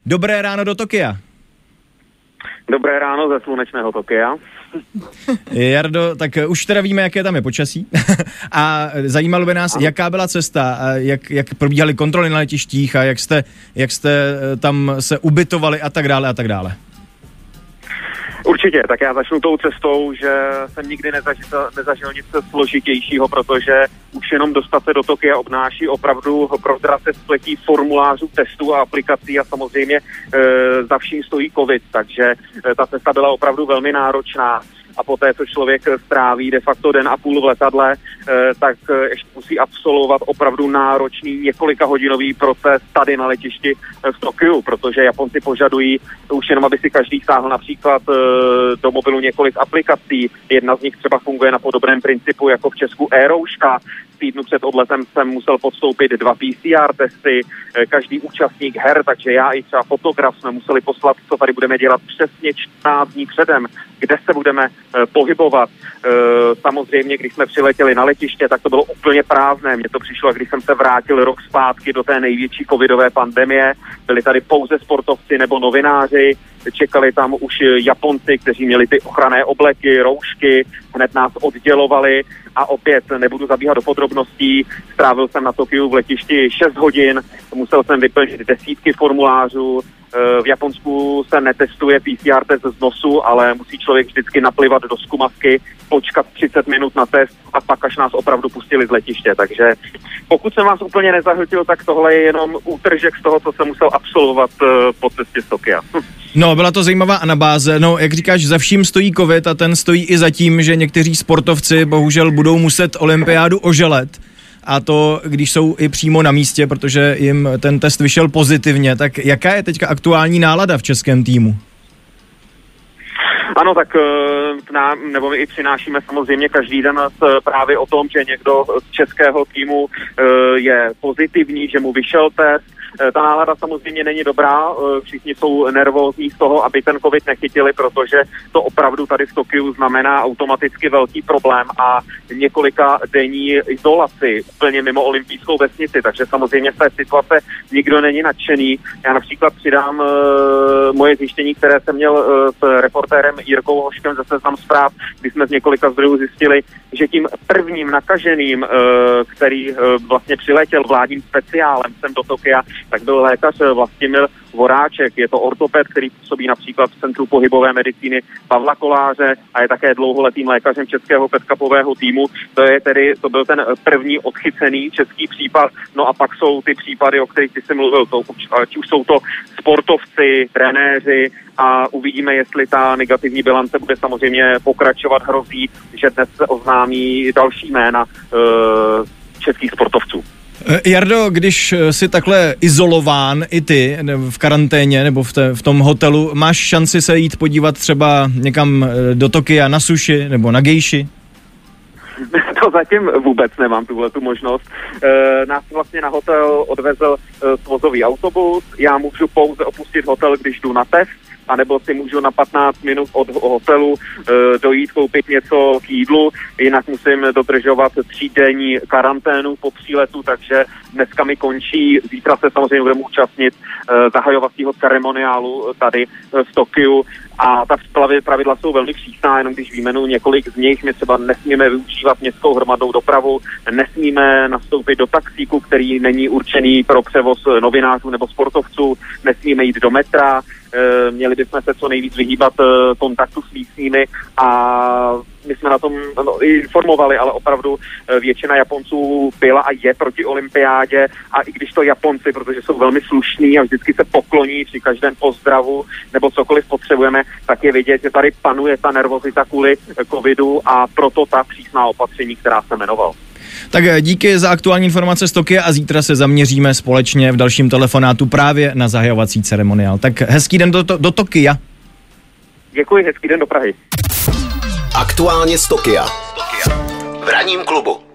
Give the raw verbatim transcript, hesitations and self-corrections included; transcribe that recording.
dobré ráno do Tokia. Dobré ráno ze slunečného Tokia. Jardo, tak už teda víme, jaké tam je počasí. A zajímalo by nás, jaká byla cesta, jak, jak probíhaly kontroly na letištích a jak jste, jak jste tam se ubytovali a tak dále a tak dále. Určitě, tak já začnu tou cestou, že jsem nikdy nezažil, nezažil nic složitějšího, protože už jenom dostat se do Tokia obnáší opravdu prodraté spletí formulářů, testů a aplikací a samozřejmě e, za vším stojí covid, takže e, ta cesta byla opravdu velmi náročná. A poté, co člověk stráví de facto den a půl v letadle, tak ještě musí absolvovat opravdu náročný několika hodinový proces tady na letišti v Tokiu, protože Japonci požadují už jenom, aby si každý stáhl například do mobilu několik aplikací. Jedna z nich třeba funguje na podobném principu jako v Česku e-rouška. Týdnu před odletem jsem musel podstoupit dva P C R testy, každý účastník her, takže já i třeba fotograf jsme museli poslat, co tady budeme dělat přesně čtrnáct dní předem, kde se budeme e, pohybovat. E, samozřejmě, když jsme přiletěli na letiště, tak to bylo úplně prázdné. Mně to přišlo, když jsem se vrátil rok zpátky do té největší covidové pandemie. Byli tady pouze sportovci nebo novináři, čekali tam už Japonci, kteří měli ty ochranné obleky, roušky, hned nás oddělovali a opět nebudu zabíhat do podrobností. Strávil jsem na Tokiu v letišti šest hodin, musel jsem vyplnit desítky formulářů. V Japonsku se netestuje P C R test z nosu, ale musí člověk vždycky naplivat do zkumavky, počkat třicet minut na test a pak až nás opravdu pustili z letiště. Takže pokud jsem vás úplně nezahltil, tak tohle je jenom útržek z toho, co jsem musel absolvovat po cestě z Tokia. No, byla to zajímavá anabáze. No, jak říkáš, za vším stojí covid a ten stojí i za tím, že někteří sportovci bohužel budou muset olympiádu oželet. A to, když jsou i přímo na místě, protože jim ten test vyšel pozitivně. Tak jaká je teďka aktuální nálada v českém týmu? Ano, tak k nám, nebo my i přinášíme samozřejmě každý den právě o tom, že někdo z českého týmu je pozitivní, že mu vyšel test. Ta nálada samozřejmě není dobrá, všichni jsou nervózní z toho, aby ten covid nechytili, protože to opravdu tady v Tokiu znamená automaticky velký problém a několika denní izolaci úplně mimo olympijskou vesnici, takže samozřejmě z té situace nikdo není nadšený. Já například přidám uh, moje zjištění, které jsem měl uh, s reportérem Jirkou Hoškem ze Seznam Zpráv, kdy jsme z několika zdrojů zjistili, že tím prvním nakaženým, uh, který uh, vlastně přiletěl vládním speciálem sem do Tokia, tak byl lékař Vlastimil Voráček. Je to ortoped, který působí například v Centru pohybové medicíny Pavla Koláře a je také dlouholetým lékařem českého petkapového týmu. To je tedy, to byl ten první odchycený český případ. No a pak jsou ty případy, o kterých ty jsi mluvil. To, ať už jsou to sportovci, trenéři a uvidíme, jestli ta negativní bilance bude samozřejmě pokračovat. Hrozí, že dnes se oznámí další jména uh, českých sportovců. Jardo, když jsi takhle izolován i ty v karanténě nebo v, te, v tom hotelu, máš šanci se jít podívat třeba někam do Tokia na sushi nebo na gejši? To zatím vůbec nemám tuhle tu možnost. E, nás vlastně na hotel odvezl e, svozový autobus, já můžu pouze opustit hotel, když jdu na test, anebo si můžu na patnáct minut od hotelu e, dojít koupit něco k jídlu, jinak musím dodržovat třídenní karanténu po příletu, takže dneska mi končí, zítra se samozřejmě budeme účastnit e, zahajovacího ceremoniálu tady e, v Tokiu a ta pravidla jsou velmi přísná, jenom když výjmenuji několik z nich, my třeba nesmíme využívat městskou hromadnou dopravu, nesmíme nastoupit do taxíku, který není určený pro převoz novinářů nebo sportovců, nesmíme jít do metra, e, měli bychom se co nejvíc vyhýbat e, kontaktu s místními a my jsme na tom no, informovali, ale opravdu většina Japonců byla a je proti olympiádě a i když to Japonci, protože jsou velmi slušní a vždycky se pokloní při každém pozdravu nebo cokoliv potřebujeme, tak je vidět, že tady panuje ta nervozita kvůli covidu a proto ta přísná opatření, která se jmenoval. Tak díky za aktuální informace z Tokia a zítra se zaměříme společně v dalším telefonátu právě na zahajovací ceremoniál. Tak hezký den do, do, do Tokia. Děkuji, hezký den do Prahy. Aktuálně z Tokia. V ranním klubu.